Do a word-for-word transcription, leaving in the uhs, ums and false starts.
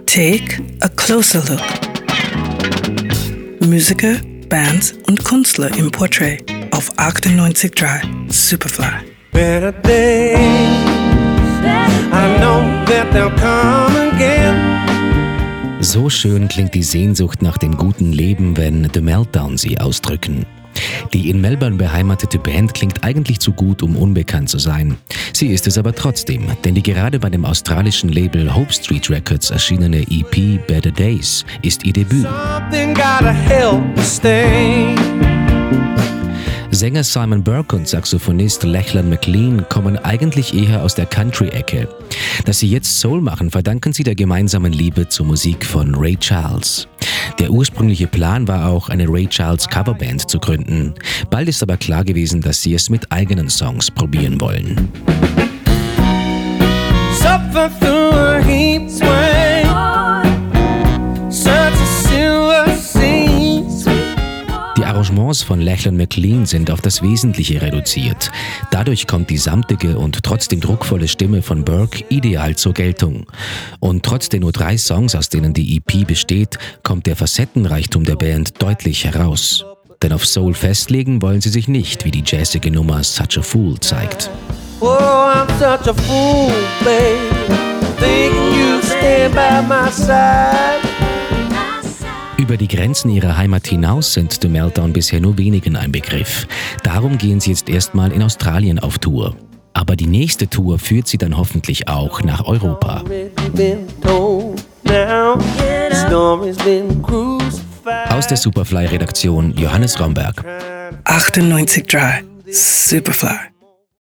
Take a closer look. Musiker, Bands und Künstler im Portrait auf achtundneunzig Komma drei Superfly. Better days, I know that they'll come again. So schön klingt die Sehnsucht nach dem guten Leben, wenn The Meltdown sie ausdrücken. Die in Melbourne beheimatete Band klingt eigentlich zu gut, um unbekannt zu sein. Sie ist es aber trotzdem, denn die gerade bei dem australischen Label Hope Street Records erschienene E P Better Days ist ihr Debüt. Something gotta help me stay. Sänger Simon Burke und Saxophonist Lachlan McLean kommen eigentlich eher aus der Country-Ecke. Dass sie jetzt Soul machen, verdanken sie der gemeinsamen Liebe zur Musik von Ray Charles. Der ursprüngliche Plan war auch, eine Ray Charles Coverband zu gründen. Bald ist aber klar gewesen, dass sie es mit eigenen Songs probieren wollen. Suffer through a heat sway, such a silver seas. Die Arrangements von Lachlan McLean sind auf das Wesentliche reduziert. Dadurch kommt die samtige und trotzdem druckvolle Stimme von Burke ideal zur Geltung. Und trotz der nur drei Songs, aus denen die E P besteht, kommt der Facettenreichtum der Band deutlich heraus. Denn auf Soul festlegen wollen sie sich nicht, wie die jazzige Nummer Such a Fool zeigt. Oh, I'm such a fool, babe, thinking you'd stand by my side. Über die Grenzen ihrer Heimat hinaus sind The Meltdown bisher nur wenigen ein Begriff. Darum gehen sie jetzt erstmal in Australien auf Tour. Aber die nächste Tour führt sie dann hoffentlich auch nach Europa. Aus der Superfly-Redaktion Johannes Romberg. achtundneunzig Komma drei Superfly.